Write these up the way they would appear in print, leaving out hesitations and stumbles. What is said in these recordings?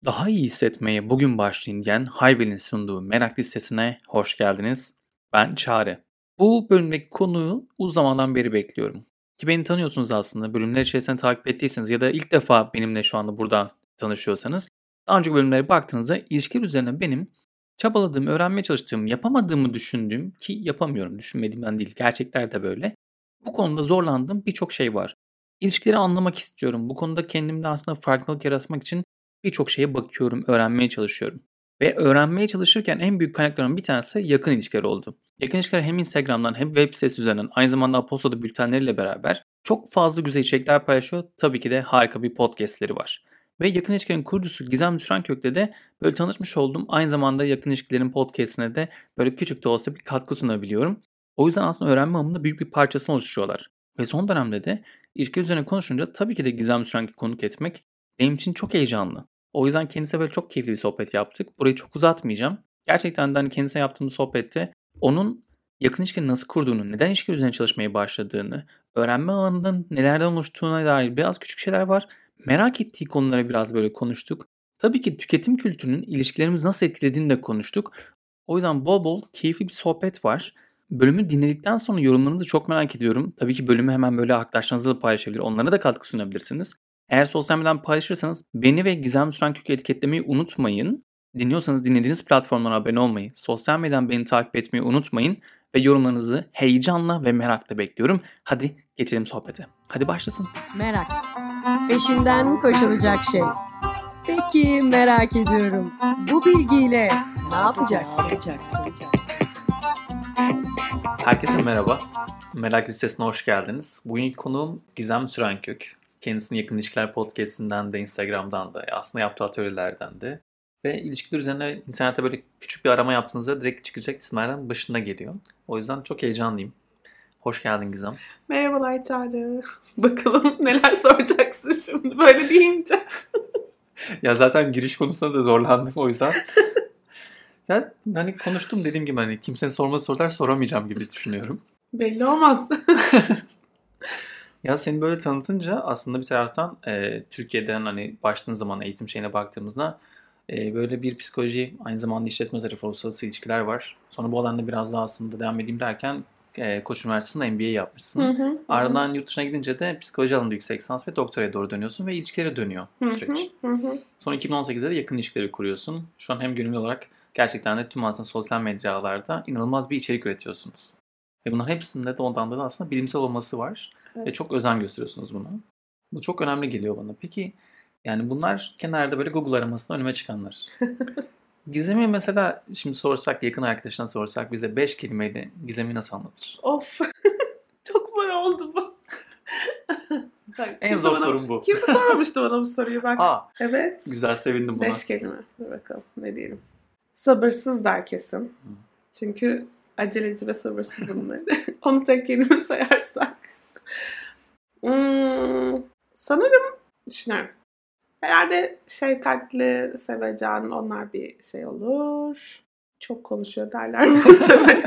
Daha iyi hissetmeye bugün başlayın diyen Hayvel'in sunduğu Merak Listesi'ne hoş geldiniz. Ben Çağrı. Bu bölümdeki konuyu uzun zamandan beri bekliyorum. Ki beni tanıyorsunuz aslında. Bölümler içerisinde takip ettiyseniz ya da ilk defa benimle şu anda burada tanışıyorsanız daha önceki bölümlere baktığınızda ilişkiler üzerine benim çabaladığım, öğrenmeye çalıştığım, yapamadığımı düşündüğüm ki yapamıyorum, düşünmediğimden değil, gerçekler de böyle. Bu konuda zorlandığım birçok şey var. İlişkileri anlamak istiyorum. Bu konuda kendimde aslında farklılık yaratmak için birçok şeye bakıyorum, öğrenmeye çalışıyorum. Ve öğrenmeye çalışırken en büyük kaynaklarımdan bir tanesi yakın ilişkiler oldu. Yakın ilişkiler hem Instagram'dan hem web sitesi üzerinden aynı zamanda Aposto'da bültenleriyle beraber çok fazla güzel içerikler paylaşıyor. Tabii ki de harika bir podcastleri var. Ve yakın ilişkilerin kurucusu Gizem Sürenkök'le de böyle tanışmış oldum. Aynı zamanda yakın ilişkilerin podcastine de böyle küçük de olsa bir katkı sunabiliyorum. O yüzden aslında öğrenme alanında büyük bir parçasını oluşturuyorlar. Ve son dönemde de ilişki üzerine konuşunca tabii ki de Gizem Sürenkök'ü konuk etmek benim için çok heyecanlı. O yüzden kendisiyle böyle çok keyifli bir sohbet yaptık. Burayı çok uzatmayacağım. Gerçekten de hani kendisine yaptığım sohbette onun yakın ilişkiyi nasıl kurduğunu, neden ilişki üzerine çalışmaya başladığını, öğrenme alanının nelerden oluştuğuna dair biraz küçük şeyler var. Merak ettiği konulara biraz böyle konuştuk. Tabii ki tüketim kültürünün ilişkilerimizi nasıl etkilediğini de konuştuk. O yüzden bol bol keyifli bir sohbet var. Bölümü dinledikten sonra yorumlarınızı çok merak ediyorum. Tabii ki bölümü hemen böyle arkadaşlarınızla da paylaşabilir. Onlara da katkı sunabilirsiniz. Eğer sosyal medyadan paylaşırsanız beni ve Gizem Sürenkök'ü etiketlemeyi unutmayın. Dinliyorsanız dinlediğiniz platformlara abone olmayı, sosyal medyadan beni takip etmeyi unutmayın ve yorumlarınızı heyecanla ve merakla bekliyorum. Hadi geçelim sohbete. Hadi başlasın. Merak. Peşinden koşulacak şey. Peki merak ediyorum. Bu bilgiyle ne yapacaksın? Herkese merhaba. Merak Listesi'ne hoş geldiniz. Bugünkü konuğum Gizem Sürenkök. Kendisini Yakın İlişkiler Podcast'inden de Instagram'dan da aslında yaptığı atölyelerden de ve ilişkiler üzerine internette böyle küçük bir arama yaptığınızda direkt çıkacak isimlerden başında geliyor. O yüzden çok heyecanlıyım. Hoş geldin Gizem. Merhabalar Çağrı. Bakalım neler soracaksın şimdi böyle deyince. Ya zaten giriş konusunda da zorlandım o yüzden. Ya hani konuştum dediğim gibi hani kimsenin sorması sorular soramayacağım gibi düşünüyorum. Belli olmaz. Ya seni böyle tanıtınca aslında bir taraftan Türkiye'den hani başladığın zaman eğitim şeyine baktığımızda böyle bir psikoloji, aynı zamanda işletme tarafı, uluslararası ilişkiler var. Sonra bu alanda biraz daha aslında devam edeyim derken Koç Üniversitesi'nde MBA yapmışsın. Ardından yurt dışına gidince de psikoloji alanında yüksek lisans ve doktoraya doğru dönüyorsun ve ilişkilere dönüyor bu süreç. Sonra 2018'de de yakın ilişkileri kuruyorsun. Şu an hem gönüllü olarak gerçekten de tüm aslında sosyal medyalarda inanılmaz bir içerik üretiyorsunuz. Ve bunların hepsinde de ondan da aslında bilimsel olması var. Evet. Ve çok özen gösteriyorsunuz buna. Bu çok önemli geliyor bana. Peki yani bunlar kenarda böyle Google aramasında önüme çıkanlar. Gizem'i mesela şimdi sorsak, yakın arkadaşına sorsak bize 5 kelimeyle Gizem'i nasıl anlatır? Of. Çok zor oldu bu. Bak, en zor sorun bu. Kimse sormamıştı bana bu soruyu bak. Evet. Güzel, sevindim buna. 5 kelime. Dur bakalım ne diyelim. Sabırsız der kesin. Çünkü aceleci ve sabırsızımdır. Onu tek kelime sayarsak. Sanırım düşünüyorum. Herhalde şefkatli, sevecen onlar bir şey olur. Çok konuşuyor derler muhtemelen.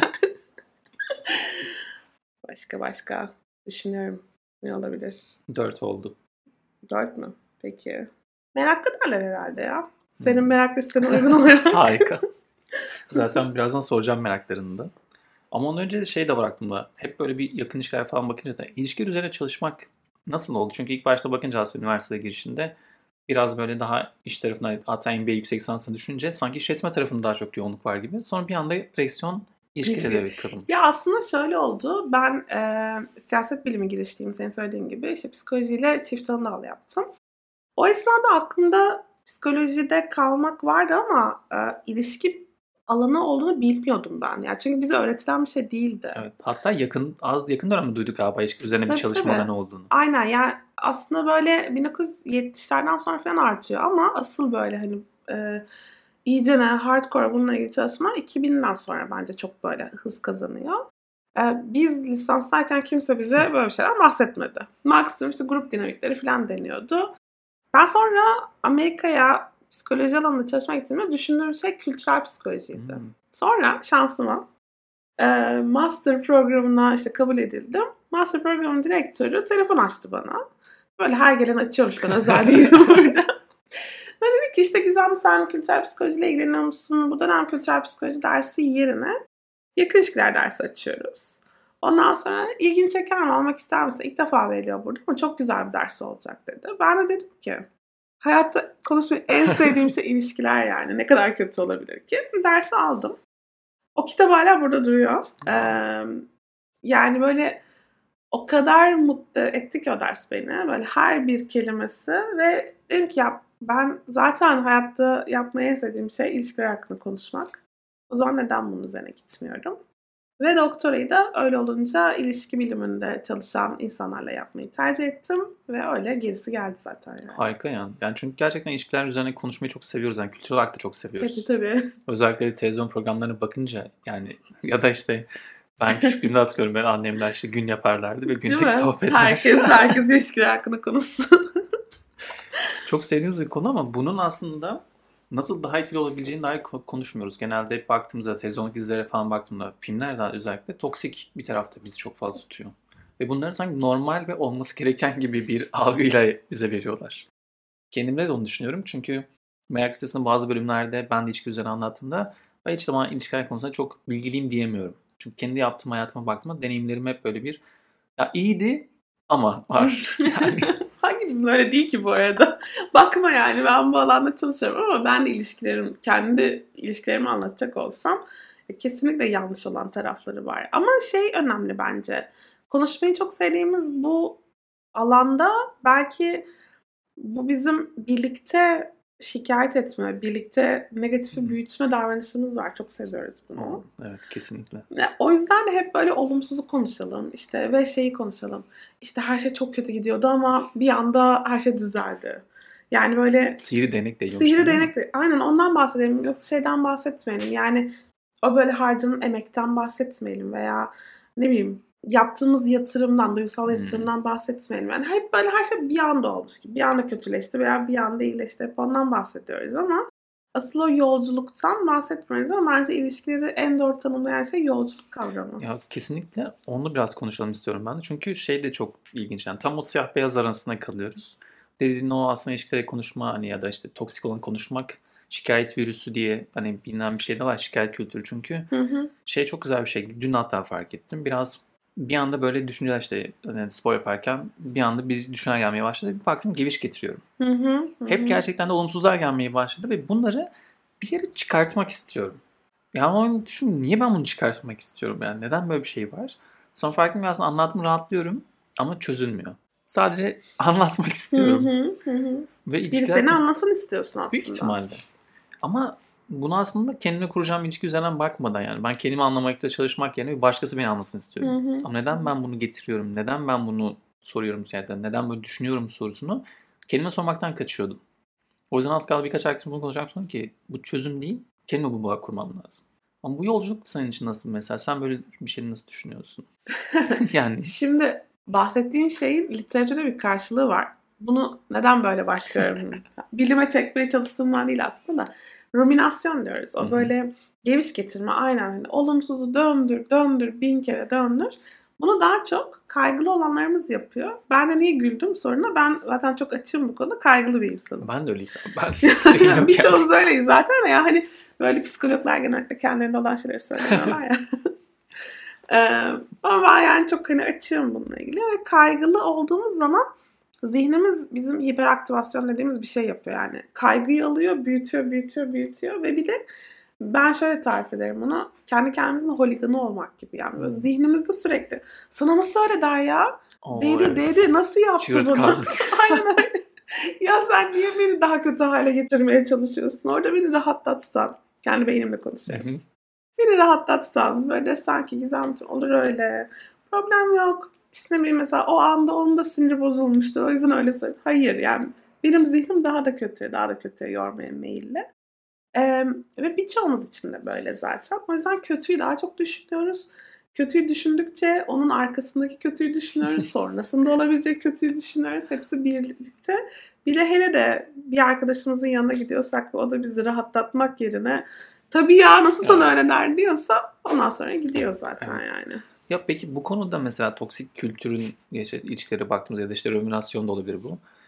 Başka düşünüyorum. Ne olabilir? 4 oldu. 4 mü? Peki. Meraklı derler herhalde ya. Senin merak listene uygun oluyor. Harika. Zaten birazdan soracağım meraklarını da. Ama ondan önce şey de var aklımda. Hep böyle bir yakın ilişkiler falan bakınca da ilişkiler üzerine çalışmak nasıl oldu? Çünkü ilk başta bakınca aslında üniversiteye girişinde biraz böyle daha iş tarafına, hatta MBA yüksek lisansını düşününce sanki işletme tarafında daha çok yoğunluk var gibi. Sonra bir anda direksiyon ilişkilere de kırılmış. Ya aslında şöyle oldu. Ben siyaset bilimi girişliyim senin söylediğin gibi. İşte psikolojiyle çift tanım dal yaptım. O esnada aklımda psikolojide kalmak vardı ama ilişki alanı olduğunu bilmiyordum ben. Yani çünkü bize öğretilen bir şey değildi. Evet. Hatta yakın dönemde duyduk galiba ilişki üzerine bir çalışma alanı olduğunu. Aynen yani aslında böyle 1970'lerden sonra falan artıyor ama asıl böyle hani iyicene hardcore bununla ilgili çalışma 2000'den sonra bence çok böyle hız kazanıyor. Biz lisanstayken kimse bize böyle bir şeyden bahsetmedi. Maksimum işte grup dinamikleri falan deniyordu. Ben sonra Amerika'ya psikoloji alanında çalışmak gittiğimde düşündüğüm şey kültürel psikolojiydi. Sonra şansıma master programına işte kabul edildim. Master programının direktörü telefon açtı bana. Böyle her gelen açıyormuş, ben özel değilim burada. Ben dedim ki işte Gizem sen kültürel psikolojiyle ilgileniyor musun? Bu dönem kültürel psikoloji dersi yerine yakın ilişkiler dersi açıyoruz. Ondan sonra ilgini çeker mi, almak ister misin? İlk defa veriliyor burada ama çok güzel bir ders olacak dedi. Ben de dedim ki hayatta konuşmayı en sevdiğim şey ilişkiler yani. Ne kadar kötü olabilir ki? Dersi aldım. O kitap hala burada duruyor. Yani böyle o kadar mutlu etti ki o ders beni. Böyle her bir kelimesi ve dedim ki ya ben zaten hayatta yapmayı en sevdiğim şey ilişkiler hakkında konuşmak. O zaman neden bunun üzerine gitmiyorum? Ve doktorayı da öyle olunca ilişki biliminde çalışan insanlarla yapmayı tercih ettim. Ve öyle gerisi geldi zaten yani. Harika yani. Yani çünkü gerçekten ilişkiler üzerine konuşmayı çok seviyoruz. Yani kültürel olarak da çok seviyoruz. Tabii. Özellikle televizyon programlarına bakınca yani ya da işte ben küçüklüğümde hatırlıyorum ben annemler işte gün yaparlardı ve Değil günlük mi? sohbetler. Herkes ilişkiler hakkında konuşsun. Çok sevdiğimiz bir konu ama bunun aslında nasıl daha etkili olabileceğini dair konuşmuyoruz. Genelde hep baktığımızda televizyon dizilere falan baktığımda filmlerden özellikle toksik bir tarafta bizi çok fazla tutuyor. Ve bunları sanki normal ve olması gereken gibi bir algıyla bize veriyorlar. Kendimde de onu düşünüyorum çünkü Merak Sitesi'nin bazı bölümlerde ben de ilişki üzerine anlattığımda ben hiç zaman ilişkiler konusunda çok bilgiliyim diyemiyorum. Çünkü kendi yaptığım hayatıma baktığımda deneyimlerim hep böyle bir ya iyiydi ama var. Yani Hangimizin öyle değil ki bu arada. Bakma yani ben bu alanda çalışıyorum ama ben de kendi ilişkilerimi anlatacak olsam kesinlikle yanlış olan tarafları var. Ama şey önemli bence. Konuşmayı çok sevdiğimiz bu alanda belki bu bizim birlikte şikayet etme, birlikte negatifi büyütme davranışımız var. Çok seviyoruz bunu. evet kesinlikle. O yüzden de hep böyle olumsuzu konuşalım işte ve şeyi konuşalım. İşte her şey çok kötü gidiyordu ama bir anda her şey düzeldi. Yani böyle Sihirli değnek değiyormuş. sihirli değnek de aynen ondan bahsedelim. Yoksa şeyden bahsetmeyelim. Yani o böyle harcanan emekten bahsetmeyelim veya ne bileyim yaptığımız yatırımdan, duygusal yatırımdan bahsetmeyelim. Yani hep böyle her şey bir anda olmuş gibi. Bir anda kötüleşti veya bir anda iyileşti. Hep ondan bahsediyoruz ama asıl o yolculuktan bahsetmiyoruz ama bence ilişkileri en doğru tanımlayan şey yolculuk kavramı. Ya kesinlikle onu biraz konuşalım istiyorum ben de. Çünkü şey de çok ilginç yani tam o siyah beyaz arasında kalıyoruz. Dediğin o aslında ilişkileri konuşma hani ya da işte toksik olan konuşmak şikayet virüsü diye hani bilinen bir şey de var şikayet kültürü çünkü. Şey çok güzel bir şey. Dün hatta fark ettim. Biraz bir anda böyle düşünceler işte hani spor yaparken bir anda bir düşünceler gelmeye başladı. Bir baktım geviş getiriyorum. Hep gerçekten de olumsuzlar gelmeye başladı ve bunları bir yere çıkartmak istiyorum. Ya ama düşün niye ben bunu çıkartmak istiyorum yani neden böyle bir şey var? Sonra fark ettim aslında anlattım rahatlıyorum ama çözülmüyor. Sadece anlatmak istiyorum. Ve Biri seni anlasın istiyorsun aslında. Büyük ihtimalle. Ama bunu aslında kendime kuracağım ilişki üzerinden bakmadan yani ben kendimi anlamakta çalışmak yerine bir başkası beni anlasın istiyorum. Ama neden ben bunu getiriyorum? Neden ben bunu soruyorum zaten? Neden böyle düşünüyorum sorusunu kendime sormaktan kaçıyordum. O yüzden az kaldı birkaç arkadaşım bunu konuşacağım sonra ki bu çözüm değil. Kendime bu bağ kurmam lazım. Ama bu yolculuk senin için nasıl mesela? Sen böyle bir şeyi nasıl düşünüyorsun? Yani Şimdi bahsettiğin şeyin literatürde bir karşılığı var. Bunu neden böyle başlıyorum? Bilime çekmeye çalıştığımdan değil aslında da. Ruminasyon diyoruz. O böyle geviş getirme aynen. Hani olumsuzu döndür, 1000 kere döndür. Bunu daha çok kaygılı olanlarımız yapıyor. Ben de niye güldüm soruna ben zaten çok açığım bu konuda kaygılı bir insanım. ben de öyleyim. Birçoğumuz öyleyiz zaten ya hani böyle psikologlar genellikle kendilerinde olan şeyleri söylüyorlar ya. Ama ben yani çok hani açığım bununla ilgili ve kaygılı olduğumuz zaman zihnimiz bizim hiperaktivasyon dediğimiz bir şey yapıyor yani. Kaygıyı alıyor, büyütüyor ve bir de ben şöyle tarif ederim bunu. Kendi kendimizin holiganı olmak gibi yani. Böyle zihnimizde sürekli sana nasıl öyle der ya? Dedi nasıl yaptı bunu? Aynen öyle. Ya sen niye beni daha kötü hale getirmeye çalışıyorsun? Orada beni rahatlatsan. Kendi beynimle konuşuyorum. Beni rahatlatsan. Böyle sanki Gizemciğim olur öyle. Problem yok. İşte mesela o anda onun da siniri bozulmuştur. O yüzden öyle söylüyorum. Hayır yani benim zihnim daha da kötüye yormaya meyilli. Ve birçoğumuz için de böyle zaten. O yüzden kötüyü daha çok düşünüyoruz. Kötüyü düşündükçe onun arkasındaki kötüyü düşünüyoruz. Sonrasında olabilecek kötüyü düşünüyoruz. Hepsi birlikte. Bir de hele de bir arkadaşımızın yanına gidiyorsak ve o da bizi rahatlatmak yerine tabii ya nasıl sana öyle der diyorsa ondan sonra gidiyor zaten yani. Ya peki bu konuda mesela toksik kültürün ilişkilere baktığımızda ya da işte ruminasyon da olabilir bu.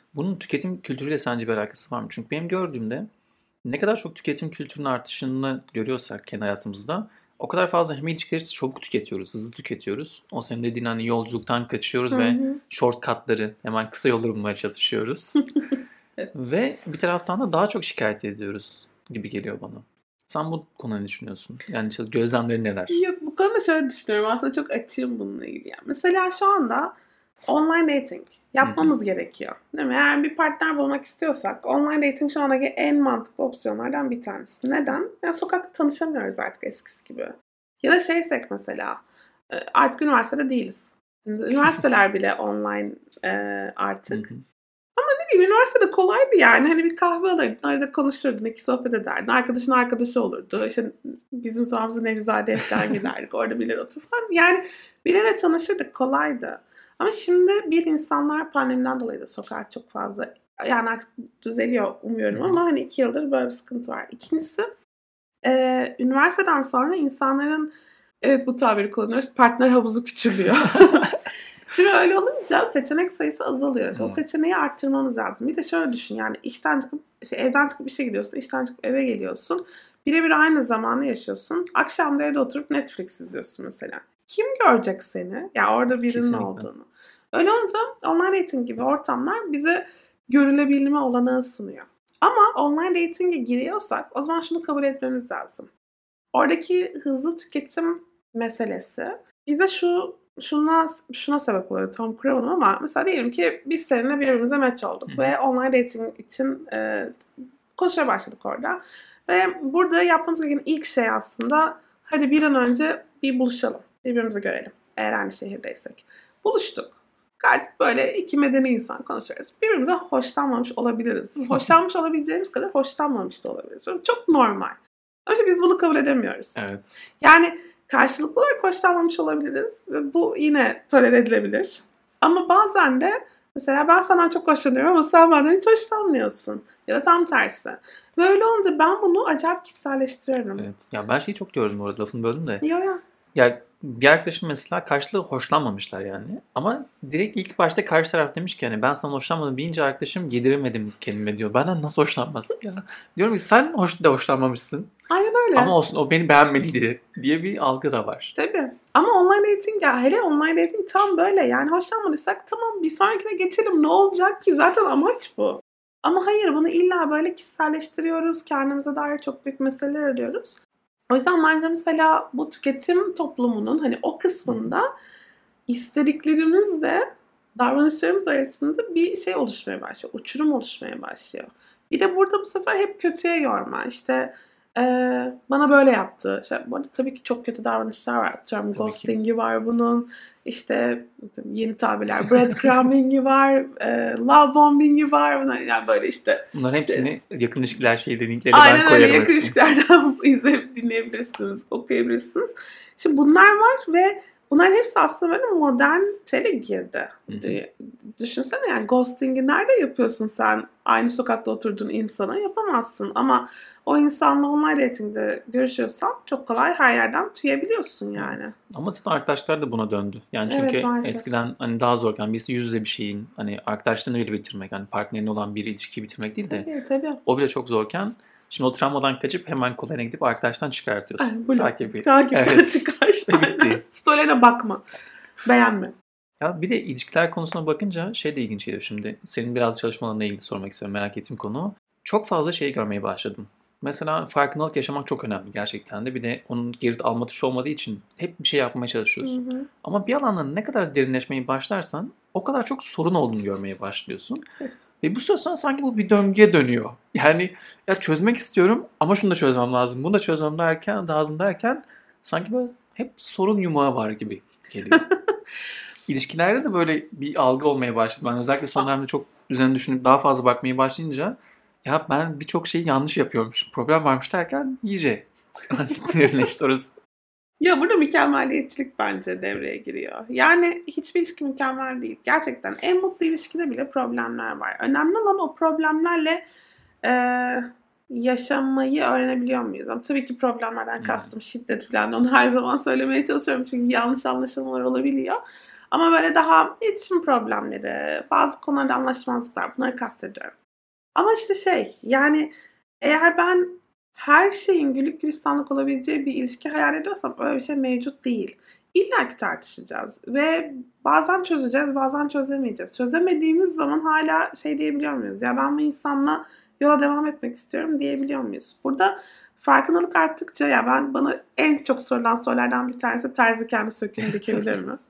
Bunun tüketim kültürüyle sence bir alakası var mı? Çünkü benim gördüğümde ne kadar çok tüketim kültürünün artışını görüyorsak kendi hayatımızda o kadar fazla hem ilişkileri çabuk tüketiyoruz, hızlı tüketiyoruz. O senin dediğin hani yolculuktan kaçıyoruz Hı ve hı. shortcutları hemen kısa yolları bulmaya çalışıyoruz. Evet. Ve bir taraftan da daha çok şikayet ediyoruz gibi geliyor bana. Sen bu konuda ne düşünüyorsun? Yani gözlemleri neler? Yok, bu konuda şöyle düşünüyorum. Aslında çok açığım bununla ilgili. Yani mesela şu anda online dating yapmamız gerekiyor. Değil mi? Eğer bir partner bulmak istiyorsak online dating şu andaki en mantıklı opsiyonlardan bir tanesi. Neden? Yani sokakta tanışamıyoruz artık eskisi gibi. Ya da şeysek mesela artık üniversitede değiliz. Üniversiteler bile online artık. Hı hı. Üniversitede kolaydı yani. Hani bir kahve alırdın, arada konuşurdun, iki sohbet ederdin. Arkadaşın arkadaşı olurdu. İşte bizim zamanımızda Nevizade'ye falan giderdik. Orada birileri oturup falan. Yani birileriyle tanışırdık, kolaydı. Ama şimdi insanlar pandemiden dolayı da sokağa çok fazla, yani artık düzeliyor umuyorum ama hani 2 yıldır böyle bir sıkıntı var. İkincisi üniversiteden sonra insanların, evet bu tabiri kullanıyoruz, partner havuzu küçülüyor. Şimdi öyle olunca seçenek sayısı azalıyor. O seçeneği arttırmamız lazım. Bir de şöyle düşün, yani evden çıkıp işe gidiyorsun, işten çıkıp eve geliyorsun. Birebir aynı zamanı yaşıyorsun. Akşam da evde oturup Netflix izliyorsun mesela. Kim görecek seni? Ya orada birinin Kesinlikle. olduğunu. Öyle olunca online dating gibi ortamlar bize görülebilme olanağı sunuyor. Ama online dating'e giriyorsak o zaman şunu kabul etmemiz lazım. Oradaki hızlı tüketim meselesi bize şuna sebep oluyor, tam kuramadım ama mesela diyelim ki biz seninle birbirimize match olduk ve online dating için konuşmaya başladık orada. Ve burada yapmamız gereken ilk şey aslında hadi bir an önce bir buluşalım, birbirimizi görelim eğer aynı şehirdeysek. Buluştuk. Gayet böyle iki medeni insan konuşuyoruz. Birbirimize hoşlanmamış olabiliriz. Hoşlanmış olabileceğimiz kadar hoşlanmamış da olabiliriz. Çok normal. Ama işte biz bunu kabul edemiyoruz. Evet. Yani karşılıklı olarak hoşlanmamış olabiliriz ve bu yine tolere edilebilir. Ama bazen de mesela ben senden çok hoşlanıyorum ama sen benden hiç hoşlanmıyorsun. Ya da tam tersi. Böyle olunca ben bunu acayip kişiselleştiriyorum. Evet. Ya ben şeyi çok gördüm orada, lafını böldüm de. Ya. Ya bir arkadaşım mesela karşılığı hoşlanmamışlar yani. Ama direkt ilk başta karşı taraf demiş ki hani ben sana hoşlanmadım deyince arkadaşım yediremedim kendime diyor. Benden nasıl hoşlanmaz ya? Diyorum ki sen hoşlanmamışsın. Aynen öyle. Ama olsun o beni beğenmediydi diye bir algı da var. Tabii. Ama online dating, ya hele online dating tam böyle, yani hoşlanmadıysak tamam bir sonrakine geçelim, ne olacak ki, zaten amaç bu. Ama hayır, bunu illa böyle kişiselleştiriyoruz, kendimize dair çok büyük meseleler arıyoruz. O yüzden bence mesela bu tüketim toplumunun hani o kısmında istediklerimizle davranışlarımız arasında bir şey oluşmaya başlıyor, uçurum oluşmaya başlıyor. Bir de burada bu sefer hep kötüye yorma. İşte bana böyle yaptı. Bu arada tabii ki çok kötü davranışlar var. Atıyorum ghosting'i var bunun. İşte yeni tabirler, breadcrumbing'i var, love bombing'i var. Bunlar yani böyle işte. Bunların hepsini yakın ilişkiler linkleri ben Aynen öyle, koyarım yakın hepsini. ilişkilerden izleyip dinleyebilirsiniz, okuyabilirsiniz. Şimdi bunlar var ve bunların hepsi aslında böyle modern şeyle girdi. Düşünsene, yani ghosting'i nerede yapıyorsun sen? Aynı sokakta oturduğun insana yapamazsın. Ama o insanla online dating'de görüşüyorsan çok kolay her yerden tüyebiliyorsun yani. Evet. Ama zaten arkadaşlar da buna döndü. Yani çünkü Evet, eskiden hani daha zorken birisi yüz yüze bir şeyin hani arkadaşlarını bile bitirmek, hani partnerine olan bir ilişkiyi bitirmek değil de tabii. o bile çok zorken şimdi o travmadan kaçıp hemen kolayına gidip arkadaştan çıkartıyorsun. Takipten Evet. çıkar. Ve bitti. Story'ine bakma. Beğenme. Ya bir de ilişkiler konusuna bakınca şey de ilginç geliyor şimdi. Senin biraz çalışmalarına ilgili sormak istiyorum. Merak ettiğim konu. Çok fazla şey görmeye başladım. Mesela farkındalık yaşamak çok önemli gerçekten de. Bir de onun geri alma tuşu olmadığı için hep bir şey yapmaya çalışıyorsun. Ama bir alandan ne kadar derinleşmeyi başlarsan o kadar çok sorun olduğunu görmeye başlıyorsun. Ve bu süre sonra sanki bu bir döngüye dönüyor. Yani ya çözmek istiyorum ama şunu da çözmem lazım. Bunu da çözmem lazım derken sanki böyle hep sorun yumağı var gibi geliyor. İlişkilerde de böyle bir algı olmaya başladı. Ben özellikle son dönemde çok üzerine düşünüp daha fazla bakmaya başlayınca ya ben birçok şeyi yanlış yapıyormuşum. Problem varmış derken iyice derinleşti orası. Ya burada mükemmeliyetçilik bence devreye giriyor. Yani hiçbir ilişki mükemmel değil. Gerçekten en mutlu ilişkide bile problemler var. Önemli olan o problemlerle yaşamayı öğrenebiliyor muyuz? Ama tabii ki problemlerden kastım şiddet falan. Onu her zaman söylemeye çalışıyorum çünkü yanlış anlaşılmalar olabiliyor. Ama böyle daha iletişim problemleri, bazı konularda anlaşmazlıklar, bunları kastediyorum. Ama işte yani eğer ben her şeyin güllük gülistanlık olabileceği bir ilişki hayal ediyorsam öyle bir şey mevcut değil. İlla ki tartışacağız ve bazen çözeceğiz, bazen çözemeyeceğiz. Çözemediğimiz zaman hala diyebiliyor muyuz? Ya ben bu insanla yola devam etmek istiyorum diyebiliyor muyuz? Burada farkındalık arttıkça bana en çok sorulan sorulardan bir tanesi terzi kendi söküğünü dikebilir mi?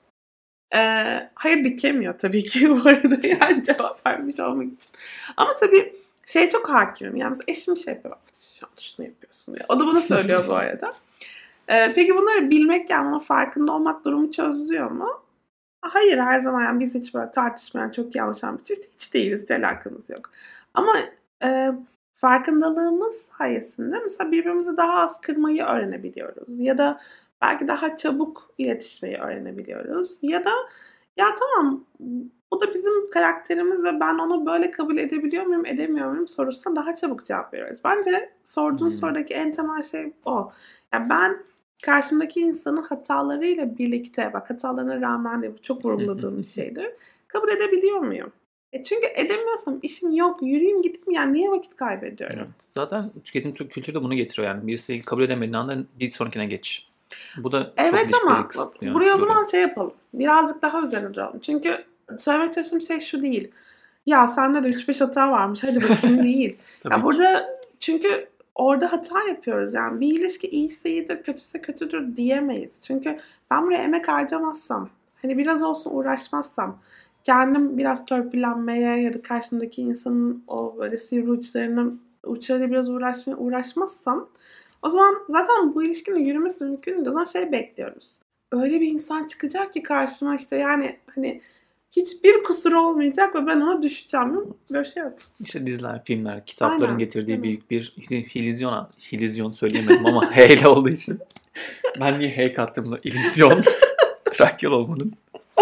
Hayır dikemiyor tabii ki bu arada yani cevap vermiş olmak için. Ama tabii çok hakimim. Yani mesela eşim yapıyor. Şu an şunu yapıyorsun ya. O da bana söylüyor bu arada. Peki bunları bilmek yani bunun farkında olmak durumu çözüyor mu? Hayır her zaman yani biz hiç böyle tartışmayan çok iyi anlaşan bir çift hiç değiliz. Hiç alakamız yok. Ama farkındalığımız sayesinde mesela birbirimizi daha az kırmayı öğrenebiliyoruz. Ya da belki daha çabuk iletişmeyi öğrenebiliyoruz. Ya da ya tamam bu da bizim karakterimiz ve ben onu böyle kabul edebiliyor muyum edemiyor muyum sorusuna daha çabuk cevap veriyoruz. Bence sorduğun sorudaki en temel şey o. Yani ben karşımdaki insanın hatalarıyla birlikte, bak hatalarına rağmen de bu çok vurguladığım bir şeydir. Kabul edebiliyor muyum? Çünkü edemiyorsam işim yok, yürüyeyim gideyim yani niye vakit kaybediyorum? Evet. Zaten tüketim kültürü de bunu getiriyor yani. Birisi kabul edemediğin anda bir sonrakine geç. Bu da çok Evet ilişkileri ama kısıtlıyor. buraya o zaman yapalım. Birazcık daha üzerine duralım. Çünkü söylemek çalıştığım şey şu değil. Ya sende de 3-5 hata varmış. Hadi bakayım değil. Tabii Ya ki. burada çünkü orada hata yapıyoruz. Yani bir ilişki iyiyse iyidir, kötüyse kötüdür diyemeyiz. Çünkü ben buraya emek harcamazsam, hani biraz olsun uğraşmazsam, kendim biraz törpülenmeye ya da karşımdaki insanın o böyle sivri uçlarıyla biraz uğraşmazsam o zaman zaten bu ilişkinin yürümesi mümkün değil. O zaman bekliyoruz. Öyle bir insan çıkacak ki karşıma yani hani hiçbir kusuru olmayacak ve ben ona düşeceğim. Böyle bir şey yok. İşte diziler, filmler, kitapların Aynen, getirdiği değil mi? büyük bir illüzyon söyleyemedim ama H ile olduğu için. Ben niye H kattım da illüzyon? Trakyalı olmanın.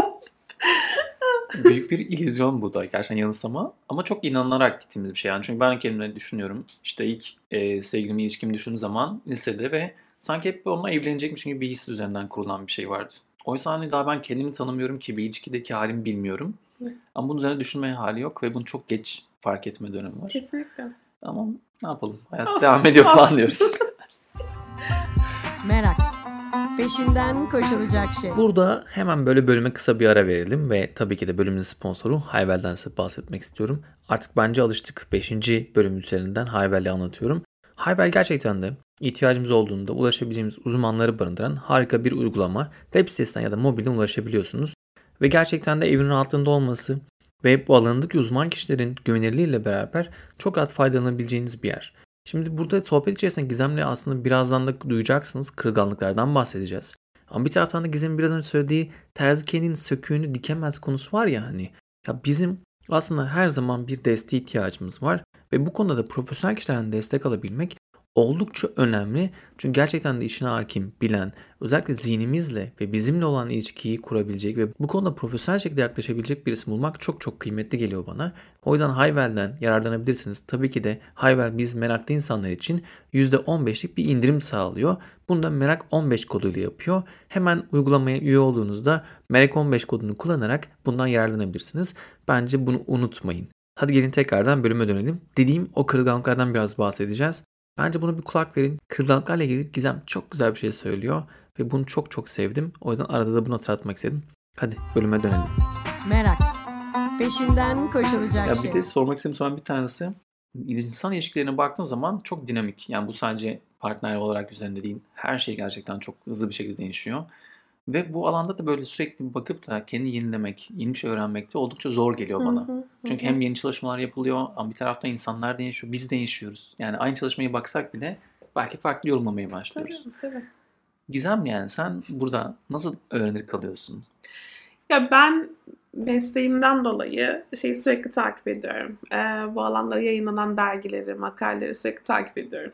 Büyük bir illüzyon bu da gerçekten yanılsama ama çok inanılarak gittiğimiz bir şey yani. Çünkü ben kendimle düşünüyorum. İşte ilk sevgilimi, ilişkimi düşündüğüm zaman lisede ve sanki hep onunla evlenecekmişim gibi bir his üzerinden kurulan bir şey vardı. Oysa hani daha ben kendimi tanımıyorum ki bir ilişkideki halimi bilmiyorum. Hı. Ama bunun üzerine düşünmeye hali yok ve bunu çok geç fark etme dönemi var. Kesinlikle. Ama ne yapalım? Hayat Olsun, devam ediyor olsun. falan diyoruz. Merak. Peşinden koşulacak şey. Burada hemen böyle bölüme kısa bir ara verelim ve tabii ki de bölümün sponsoru Hayvel'den size bahsetmek istiyorum. Artık bence alıştık. 5. bölüm üzerinden Hayvel'i anlatıyorum. Hayvel gerçekten de ihtiyacımız olduğunda ulaşabileceğimiz uzmanları barındıran harika bir uygulama. Web sitesinden ya da mobilden ulaşabiliyorsunuz. Ve gerçekten de evin rahatlığında olması ve bu alandaki uzman kişilerin güvenilirliğiyle beraber çok rahat faydalanabileceğiniz bir yer. Şimdi burada sohbet içerisinde Gizem'le aslında birazdan da duyacaksınız kırılganlıklardan bahsedeceğiz. Ama bir taraftan da Gizem'in biraz önce söylediği terzi kendinin söküğünü dikemez konusu var ya hani. Ya bizim aslında her zaman bir desteğe ihtiyacımız var. Ve bu konuda da profesyonel kişilerden destek alabilmek oldukça önemli. Çünkü gerçekten de işine hakim, bilen, özellikle zihnimizle ve bizimle olan ilişkiyi kurabilecek ve bu konuda profesyonel şekilde yaklaşabilecek birisi bulmak çok çok kıymetli geliyor bana. O yüzden Hayvel'den yararlanabilirsiniz. Tabii ki de Hayvel biz meraklı insanlar için %15'lik bir indirim sağlıyor. Bunu da Merak 15 koduyla yapıyor. Hemen uygulamaya üye olduğunuzda Merak 15 kodunu kullanarak bundan yararlanabilirsiniz. Bence bunu unutmayın. Hadi gelin tekrardan bölüme dönelim. Dediğim o kırılganlıklardan biraz bahsedeceğiz. Bence bunu bir kulak verin. Kırılganlıklarla ilgili Gizem çok güzel bir şey söylüyor. Ve bunu çok çok sevdim. O yüzden arada da bunu hatırlatmak istedim. Hadi bölüme dönelim. Merak. Peşinden koşulacak Ya şey. bir de sormak istediğim soran bir tanesi. İnsan ilişkilerine baktığın zaman çok dinamik. Yani bu sadece partner olarak üzerinde değil. Her şey gerçekten çok hızlı bir şekilde değişiyor. Ve bu alanda da böyle sürekli bakıp da kendini yenilemek, yeni bir şey öğrenmek de oldukça zor geliyor bana. Çünkü hem yeni çalışmalar yapılıyor ama bir taraftan insanlar değişiyor. Biz değişiyoruz. Yani aynı çalışmaya baksak bile belki farklı yorumlamaya başlıyoruz. Tabii. Gizem yani sen burada nasıl öğrenir kalıyorsun? Ya ben mesleğimden dolayı sürekli takip ediyorum. Bu alanda yayınlanan dergileri, makaleleri sürekli takip ediyorum.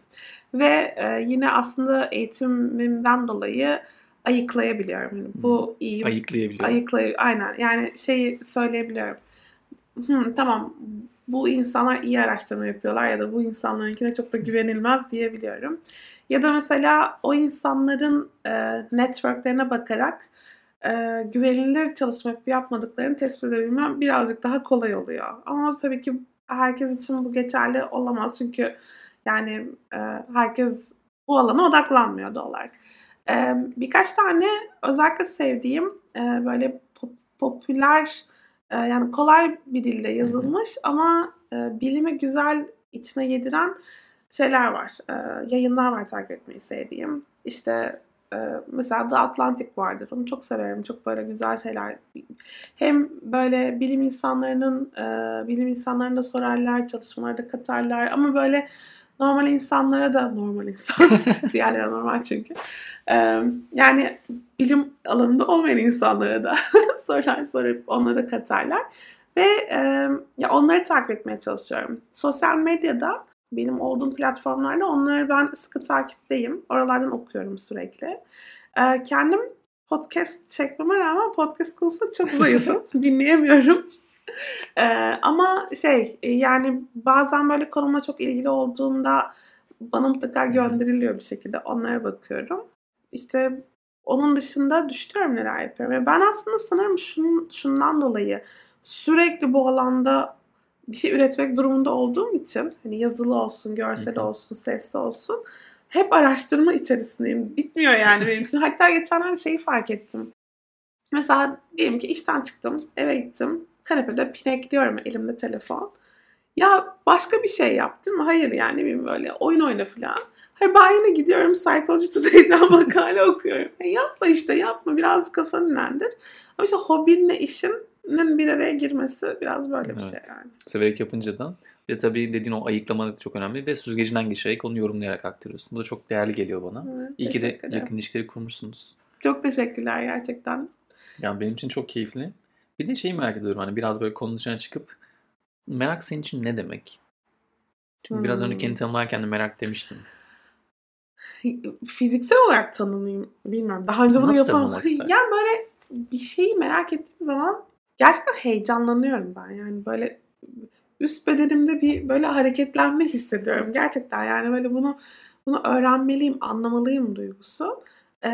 Ve yine aslında eğitimimden dolayı ayıklayabiliyorum. Yani bu iyi. Ayıklayabiliyorum. Aynen. Yani söyleyebiliyorum. Tamam bu insanlar iyi araştırma yapıyorlar ya da bu insanlarınkine çok da güvenilmez diyebiliyorum. Ya da mesela o insanların networklerine bakarak güvenilir çalışma yapıp yapmadıklarını tespit edebilmem birazcık daha kolay oluyor. Ama tabii ki herkes için bu geçerli olamaz. Çünkü yani herkes bu alana odaklanmıyor doğal olarak. Birkaç tane özellikle sevdiğim böyle popüler yani kolay bir dilde yazılmış ama bilimi güzel içine yediren şeyler var. Yayınlar var takip etmeyi sevdiğim. İşte mesela The Atlantic vardır. Onu çok severim. Çok böyle güzel şeyler. Hem böyle bilim insanlarına sorarlar, çalışmalara da katarlar ama böyle normal insanlara da normal insan. Diğerleri normal çünkü. Yani bilim alanında olmayan insanlara da sorular sorup onları da katarlar. Ve ya onları takip etmeye çalışıyorum. Sosyal medyada benim olduğum platformlarda onları ben sıkı takipteyim. Oralardan okuyorum sürekli. Kendim podcast çekmeme rağmen podcast konusunda çok zayıfım. Dinleyemiyorum. Ama yani bazen böyle konuma çok ilgili olduğunda bana mutlaka gönderiliyor bir şekilde. Onlara bakıyorum. İşte onun dışında düşünüyorum neler yapıyorum. Ben aslında sanırım şundan dolayı sürekli bu alanda bir şey üretmek durumunda olduğum için hani yazılı olsun, görsel olsun, sesli olsun hep araştırma içerisindeyim. Bitmiyor yani benim için. Hatta geçenlerde şeyi fark ettim. Mesela diyelim ki işten çıktım, eve gittim. Kanepede pinekliyorum elimde telefon. Ya başka bir şey yaptım mı? Hayır yani benim böyle oyun oyna falan. Hayır ben yine gidiyorum Psychology Today'den makale okuyorum. Yapma işte yapma biraz kafanı dinlendir. Ama işte hobinle işinin bir araya girmesi biraz böyle bir şey yani. Severek yapınca da ve tabii dediğin o ayıklama da çok önemli ve süzgecinden geçerek onu yorumlayarak aktarıyorsun. Bu da çok değerli geliyor bana. Evet, İyi ki de yakın ilişkileri kurmuşsunuz. Çok teşekkürler gerçekten. Yani benim için çok keyifli. Bir de şeyi merak ediyorum hani biraz böyle konunun dışına çıkıp merak senin için ne demek? Çünkü biraz önce kendi tanımlarken de merak demiştim. Fiziksel olarak tanımlayayım bilmiyorum. Daha önce bunu Nasıl yapamam. tanımlamak istersin? Yani böyle bir şeyi merak ettiğim zaman gerçekten heyecanlanıyorum ben. Yani böyle üst bedenimde bir böyle hareketlenme hissediyorum. Gerçekten yani böyle bunu öğrenmeliyim, anlamalıyım duygusu.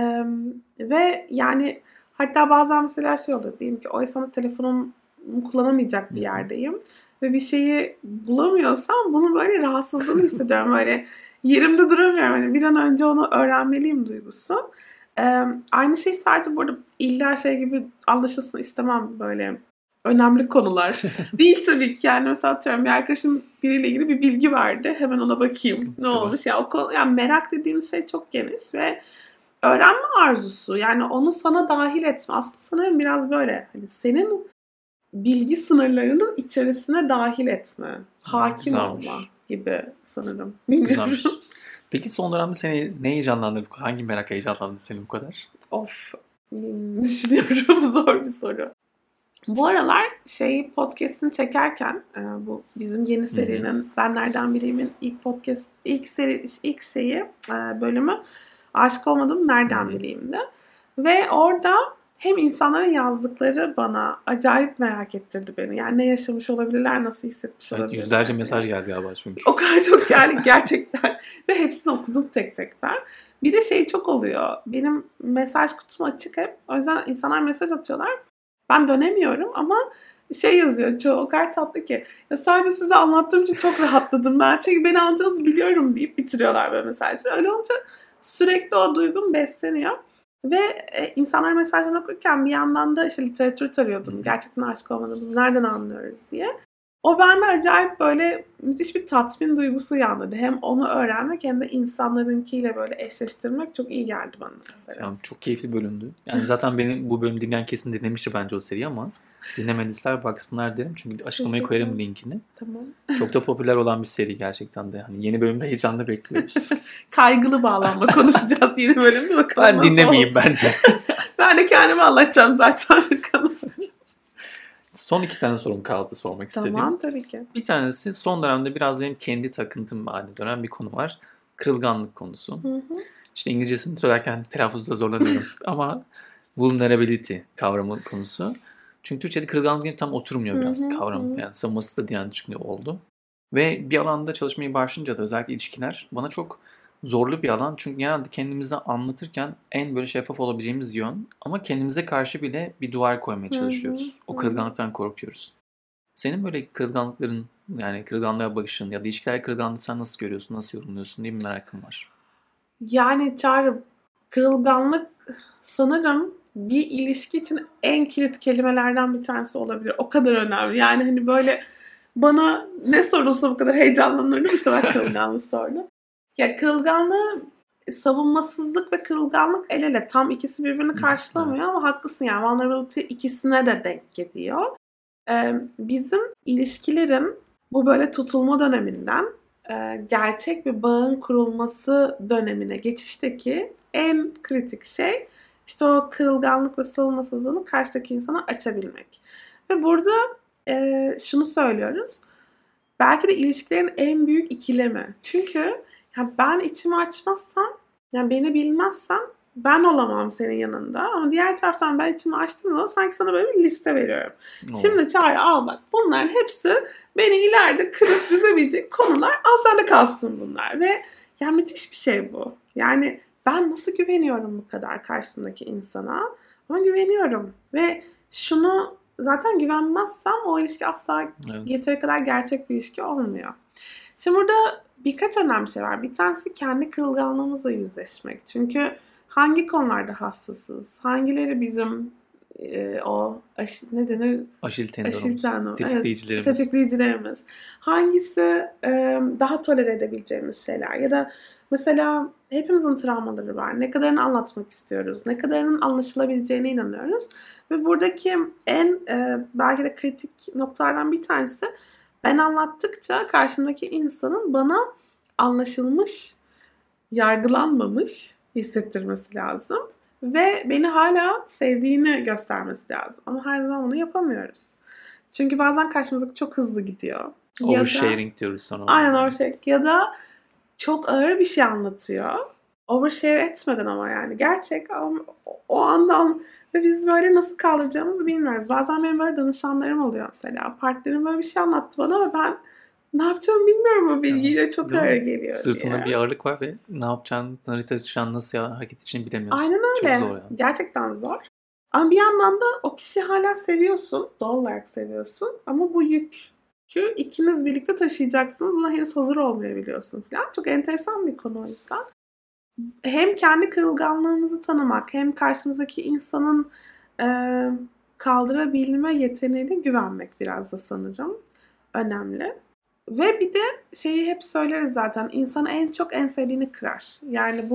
Ve yani hatta bazen mesela şey oluyor. Diyelim ki o esnada telefonumu kullanamayacak bir yerdeyim. Ve bir şeyi bulamıyorsam bunun böyle rahatsızlığını hissediyorum. Böyle yerimde duramıyorum. Hani bir an önce onu öğrenmeliyim duygusu. Aynı şey sadece burada illa şey gibi anlaşılsın istemem böyle önemli konular. Değil tabii ki yani mesela atıyorum bir arkadaşım biriyle ilgili bir bilgi verdi. Hemen ona bakayım ne olmuş. Ya o konu, yani merak dediğimiz şey çok geniş ve öğrenme arzusu yani onu sana dahil etme. Aslında sanırım biraz böyle hani senin bilgi sınırlarının içerisine dahil etme. Hakim Güzelmiş. olma gibi sanırım. Bilmiyorum. Güzelmiş. Peki son dönemde seni ne heyecanlandırdı? Hangi merak heyecanlandırdı seni bu kadar? Of. Düşünüyorum. Zor bir soru. Bu aralar podcast'ini çekerken bu bizim yeni serinin Ben Nereden Bileyim'in ilk bölümü Aşık Olmadım Nereden Bileyim'di. Ve orada hem insanların yazdıkları bana acayip merak ettirdi beni. Yani ne yaşamış olabilirler, nasıl hissetmiş olabilirler. Yüzlerce mesaj geldi galiba çünkü. O kadar çok geldi gerçekten. Ve hepsini okudum tek tek ben. Bir de çok oluyor. Benim mesaj kutum açık hep. O yüzden insanlar mesaj atıyorlar. Ben dönemiyorum ama yazıyor çoğu o kadar tatlı ki. Ya sadece size anlattığım için çok rahatladım ben. Çünkü beni alacağınızı biliyorum deyip bitiriyorlar böyle mesajları. Öyle olunca sürekli o duygum besleniyor. Ve insanlar mesajlarını okurken bir yandan da literatür tarıyordum. Gerçekten aşık olmadığımızı nereden anlıyoruz diye. O bende acayip böyle müthiş bir tatmin duygusu uyandırdı. Hem onu öğrenmek hem de insanlarınkiyle böyle eşleştirmek çok iyi geldi bana mesela. Yani çok keyifli bölümdü. Yani zaten benim bu bölümü dinleyen kesin dinlemiştir bence o seriyi ama dinlemediyseler baksınlar derim. Çünkü açıklamaya koyarım linkini. Tamam. Çok da popüler olan bir seri gerçekten de. Hani yeni bölümde heyecanla bekliyoruz. Kaygılı bağlanma konuşacağız yeni bölümde bakalım. Ben dinlemeyeyim bence. Ben de kendimi anlatacağım zaten bakalım. Son 2 tane sorum kaldı sormak istediğim. Tamam tabii ki. Bir tanesi son dönemde biraz benim kendi takıntım haline dönen bir konu var. Kırılganlık konusu. İşte İngilizcesini söylerken telaffuzda zorlanıyorum ama vulnerability kavramı konusu. Çünkü Türkçe'de kırılganlık deyince tam oturmuyor Hı biraz hı, kavram. hı. Yani savunmasız da diyen çünkü oldu. Ve bir alanda çalışmaya başlayınca da özellikle ilişkiler bana çok zorlu bir alan. Çünkü genelde kendimize anlatırken en böyle şeffaf olabileceğimiz yön ama kendimize karşı bile bir duvar koymaya Hı hı, çalışıyoruz. O hı hı. kırılganlıktan korkuyoruz. Senin böyle kırılganlıkların yani kırılganlığa bakışın ya da ilişkiler kırılganlığı sen nasıl görüyorsun, nasıl yorumluyorsun diye bir merakım var. Yani Çağrı, kırılganlık sanırım bir ilişki için en kilit kelimelerden bir tanesi olabilir. O kadar önemli. Yani hani böyle bana ne sorulsa bu kadar heyecanlanırdım. İşte bak kırılganlığı sordu. Ya kırılganlığı savunmasızlık ve kırılganlık el ele. Tam ikisi birbirini karşılamıyor Evet. ama haklısın yani. Vulnerability ikisine de denk geliyor. Bizim ilişkilerin bu böyle tutulma döneminden gerçek bir bağın kurulması dönemine geçişteki en kritik şey işte o kırılganlık ve savunmasızlığını karşıdaki insana açabilmek. Ve burada şunu söylüyoruz. Belki de ilişkilerin en büyük ikilemi. Çünkü ya ben içimi açmazsam, yani beni bilmezsen ben olamam senin yanında. Ama diğer taraftan ben içimi açtığım zaman sanki sana böyle bir liste veriyorum. Şimdi Çağrı al bak bunların hepsi beni ileride kırıp üzebilecek konular. Al sende kalsın bunlar. Ve ya müthiş bir şey bu. Yani ben nasıl güveniyorum bu kadar karşımdaki insana? Ama güveniyorum. Ve şunu zaten güvenmezsem o ilişki asla Evet. yeteri kadar gerçek bir ilişki olmuyor. Şimdi burada birkaç önemli şey var. Bir tanesi kendi kırılganlığımızla yüzleşmek. Çünkü hangi konularda hassasız, hangileri bizim ne denir? Aşil Aşil tendonumuz, tendon. Evet, tetikleyicilerimiz. tetikleyicilerimiz. Hangisi daha tolere edebileceğimiz şeyler ya da mesela hepimizin travmaları var. Ne kadarını anlatmak istiyoruz, ne kadarının anlaşılabileceğine inanıyoruz. Ve buradaki en belki de kritik noktalardan bir tanesi ben anlattıkça karşımdaki insanın bana anlaşılmış, yargılanmamış hissettirmesi lazım. Ve beni hala sevdiğini göstermesi lazım. Ama her zaman bunu yapamıyoruz. Çünkü bazen karşımızdaki çok hızlı gidiyor. Ya da Oversharing diyoruz sonra. aynen overshare. Ya da çok ağır bir şey anlatıyor. Overshare etmeden ama yani. Gerçek o andan ve biz böyle nasıl kaldıracağımızı bilmiyoruz. Bazen benim böyle danışanlarım oluyor mesela. Partnerim böyle bir şey anlattı bana ve ben ne yapacağımı bilmiyorum bu bilgiyle çok Değil ağır mi? geliyor Sırtında diye. bir ağırlık var ve ne yapacağını, harita şu an nasıl hareket için bilemiyorsun. Aynen Çok öyle. zor yani. Gerçekten zor. Ama bir yandan da o kişiyi hala seviyorsun. Doğal olarak seviyorsun. Ama bu yükü ikiniz birlikte taşıyacaksınız. Buna henüz hazır olmayabiliyorsun falan. Çok enteresan bir konu o yüzden. Hem kendi kırılganlığımızı tanımak hem karşımızdaki insanın kaldırabilme yeteneğine güvenmek biraz da sanırım önemli. Ve bir de şeyi hep söyleriz zaten. İnsan en çok en sevdiğini kırar. Yani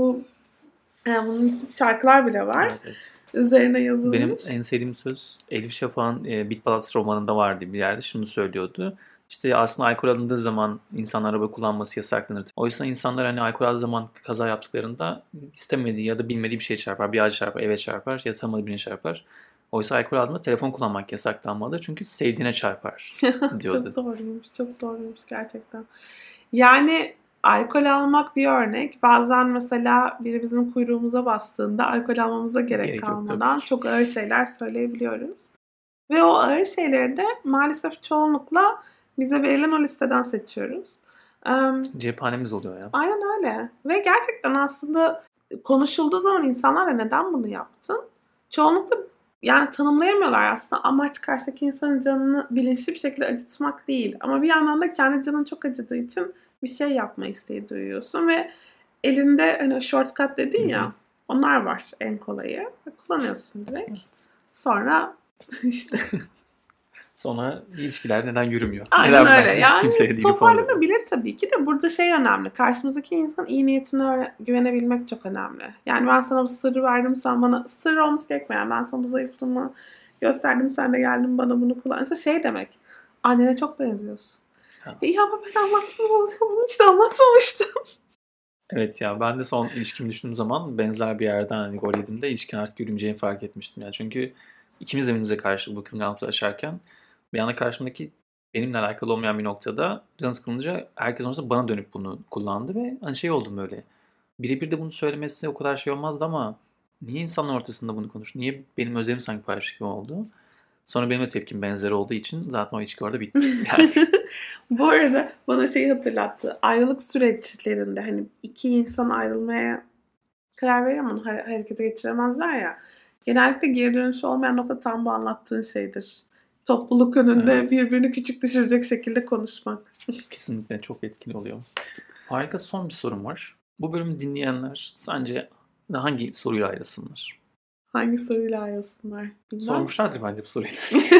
bunun için şarkılar bile var. Evet. Üzerine yazılmış. Benim en sevdiğim söz Elif Şafak'ın Bit Palace romanında vardı bir yerde şunu söylüyordu. İşte aslında alkol alındığı zaman insan araba kullanması yasaklanır. Oysa insanlar hani alkol aldığı zaman kaza yaptıklarında istemediği ya da bilmediği bir şey çarpar. Bir ağaca çarpar, eve çarpar ya da tanımadığı birine çarpar. Oysa alkol aldığında telefon kullanmak yasaklanmalı. Çünkü sevdiğine çarpar diyordu. Çok doğruymuş, çok doğruymuş gerçekten. Yani alkol almak bir örnek. Bazen mesela biri bizim kuyruğumuza bastığında alkol almamıza gerek Gerek yok kalmadan tabii. çok ağır şeyler söyleyebiliyoruz. Ve o ağır şeyleri de maalesef çoğunlukla bize verilen o listeden seçiyoruz. Cephanemiz oluyor ya. Aynen öyle. Ve gerçekten aslında konuşulduğu zaman insanlarla neden bunu yaptın? Çoğunlukla yani tanımlayamıyorlar aslında. Amaç karşıdaki insanın canını bilinçli bir şekilde acıtmak değil. Ama bir yandan da kendi canın çok acıdığı için bir şey yapma isteği duyuyorsun ve elinde hani shortcut dedin ya, onlar var en kolayı. Kullanıyorsun direkt. Evet. Sonra işte Sonra ilişkiler neden yürümüyor? aynen Neden öyle. ben Yani kimseye değil falan. toparlanabilir tabii ki de burada şey önemli. Karşımızdaki insan iyi niyetine güvenebilmek çok önemli. Yani ben sana bu sırrı verdim, sen bana sır olması gerekmiyor. Yani ben sana bu zayıflığımı gösterdim, sen de geldin bana bunu kullan. Mesela şey demek, annene çok benziyorsun. Ha. Ya ama ben anlatmamalısam bunun için anlatmamıştım. Evet ya ben de son ilişkimi düşündüğüm zaman benzer bir yerden hani gol yediğimde ilişkin artık yürümeyeceğini fark etmiştim. Yani çünkü ikimiz de birbirimize karşı bu kırılganlıkları aşarken bir anda karşımdaki benimle alakalı olmayan bir noktada canı sıkılınca herkes olursa bana dönüp bunu kullandı ve hani şey oldum böyle. Birebir de bunu söylemesi o kadar şey olmazdı ama niye insanların ortasında bunu konuş? Niye benim özelimi sanki paylaşmış gibi oldu? Sonra benim de tepkim benzer olduğu için zaten o ilişki orada bitti. Yani Bu arada bana şeyi hatırlattı. Ayrılık süreçlerinde hani iki insan ayrılmaya karar verir ama onu harekete geçiremezler ya. Genellikle geri dönüşü olmayan nokta tam bu anlattığın şeydir. Topluluk önünde Evet. birbirini küçük düşürecek şekilde konuşmak. kesinlikle çok etkili oluyor. Harika, son bir sorum var. Bu bölümü dinleyenler sence hangi soruyla ayrılsınlar? Hangi soruyla ayrılsınlar? Bilmem. Sormuşlardır bence bu soruyu.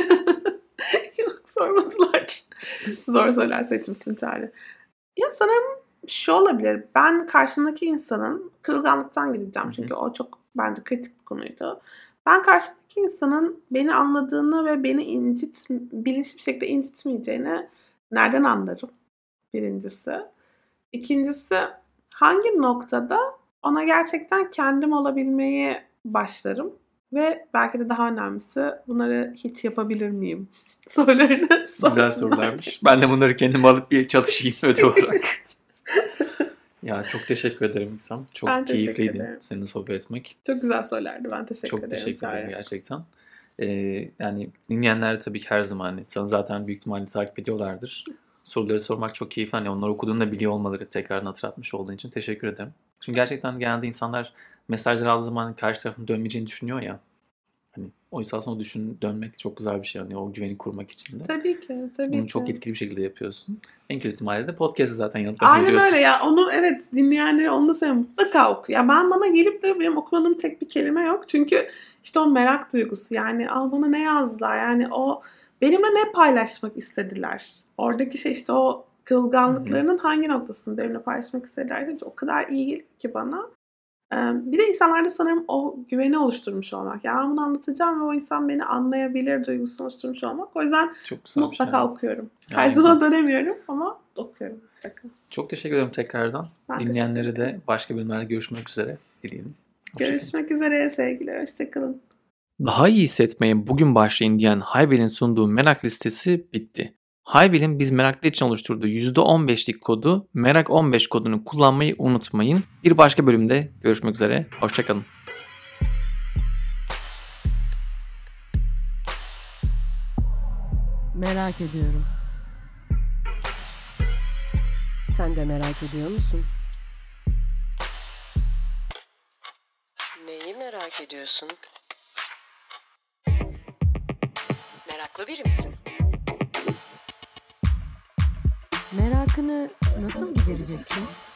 Yok, sormadılar. Zor sorular seçmişsin Çağrı. Ya sanırım şu olabilir. Ben karşımdaki insanın kırılganlıktan gideceğim. Çünkü o çok bence kritik bir konuydu. Ben karşımdaki insanın beni anladığını ve beni bilinçli bir şekilde incitmeyeceğini nereden anlarım? Birincisi. İkincisi, hangi noktada ona gerçekten kendim olabilmeyi başlarım. Ve belki de daha önemlisi, bunları hiç yapabilir miyim? Sorularını Güzel sorsunlar. sorularmış. Ben de bunları kendim alıp bir çalışayım ödev olarak. Ya çok teşekkür ederim İksam. Çok Ben teşekkür keyifliydi ederim. seninle sohbet etmek. Çok güzel sorulardı. Ben teşekkür Çok ederim. teşekkür ederim Çağrı. gerçekten. Yani dinleyenler tabii ki her zaman sana zaten büyük ihtimalle takip ediyorlardır. Soruları sormak çok keyifli. Hani onları okuduğunu da biliyor olmaları tekrardan hatırlatmış olduğun için teşekkür ederim. Çünkü gerçekten genelde insanlar mesajlar aldığı zaman karşı tarafın dönmeyeceğini düşünüyor ya. Hani oysa aslında dönmek çok güzel bir şey. Yani o güveni kurmak için de. Tabii ki. Tabii Bunu ki. çok etkili bir şekilde yapıyorsun. En kötü ihtimalle de podcast'ı zaten Aynen yanıtlayabiliyorsun. öyle ya. Onu evet, dinleyenlere onu da söyleyeyim. Mutlaka oku. Ya bana gelip de benim okumadığım tek bir kelime yok. Çünkü işte o merak duygusu. Yani bana ne yazdılar? Yani o benimle ne paylaşmak istediler? Oradaki şey işte o kırılganlıklarının hangi noktasını benimle paylaşmak istediler? O kadar iyi geliyor ki bana. Bir de insanlarda sanırım o güveni oluşturmuş olmak. Yani ben bunu anlatacağım ve o insan beni anlayabilir duygusunu oluşturmuş olmak. O yüzden Çok güzel bir şey. mutlaka okuyorum. Yani Her zaman dönemiyorum ama okuyorum. Bakın. Çok teşekkür ederim tekrardan. Ben Dinleyenlere teşekkür de ederim. başka bölümlerde görüşmek üzere dileyelim. Hoşça kalın. Görüşmek üzere sevgiler. Hoşçakalın. Daha iyi hissetmeye bugün başlayın diyen Hayvel'in sunduğu merak listesi bitti. Hayvel'in biz meraklı için oluşturduğu %15'lik kodu merak15 kodunu kullanmayı unutmayın. Bir başka bölümde görüşmek üzere. Hoşça kalın. Merak ediyorum. Sen de merak ediyor musun? Neyi merak ediyorsun? Meraklı biri misin? Merakını nasıl gidereceksin?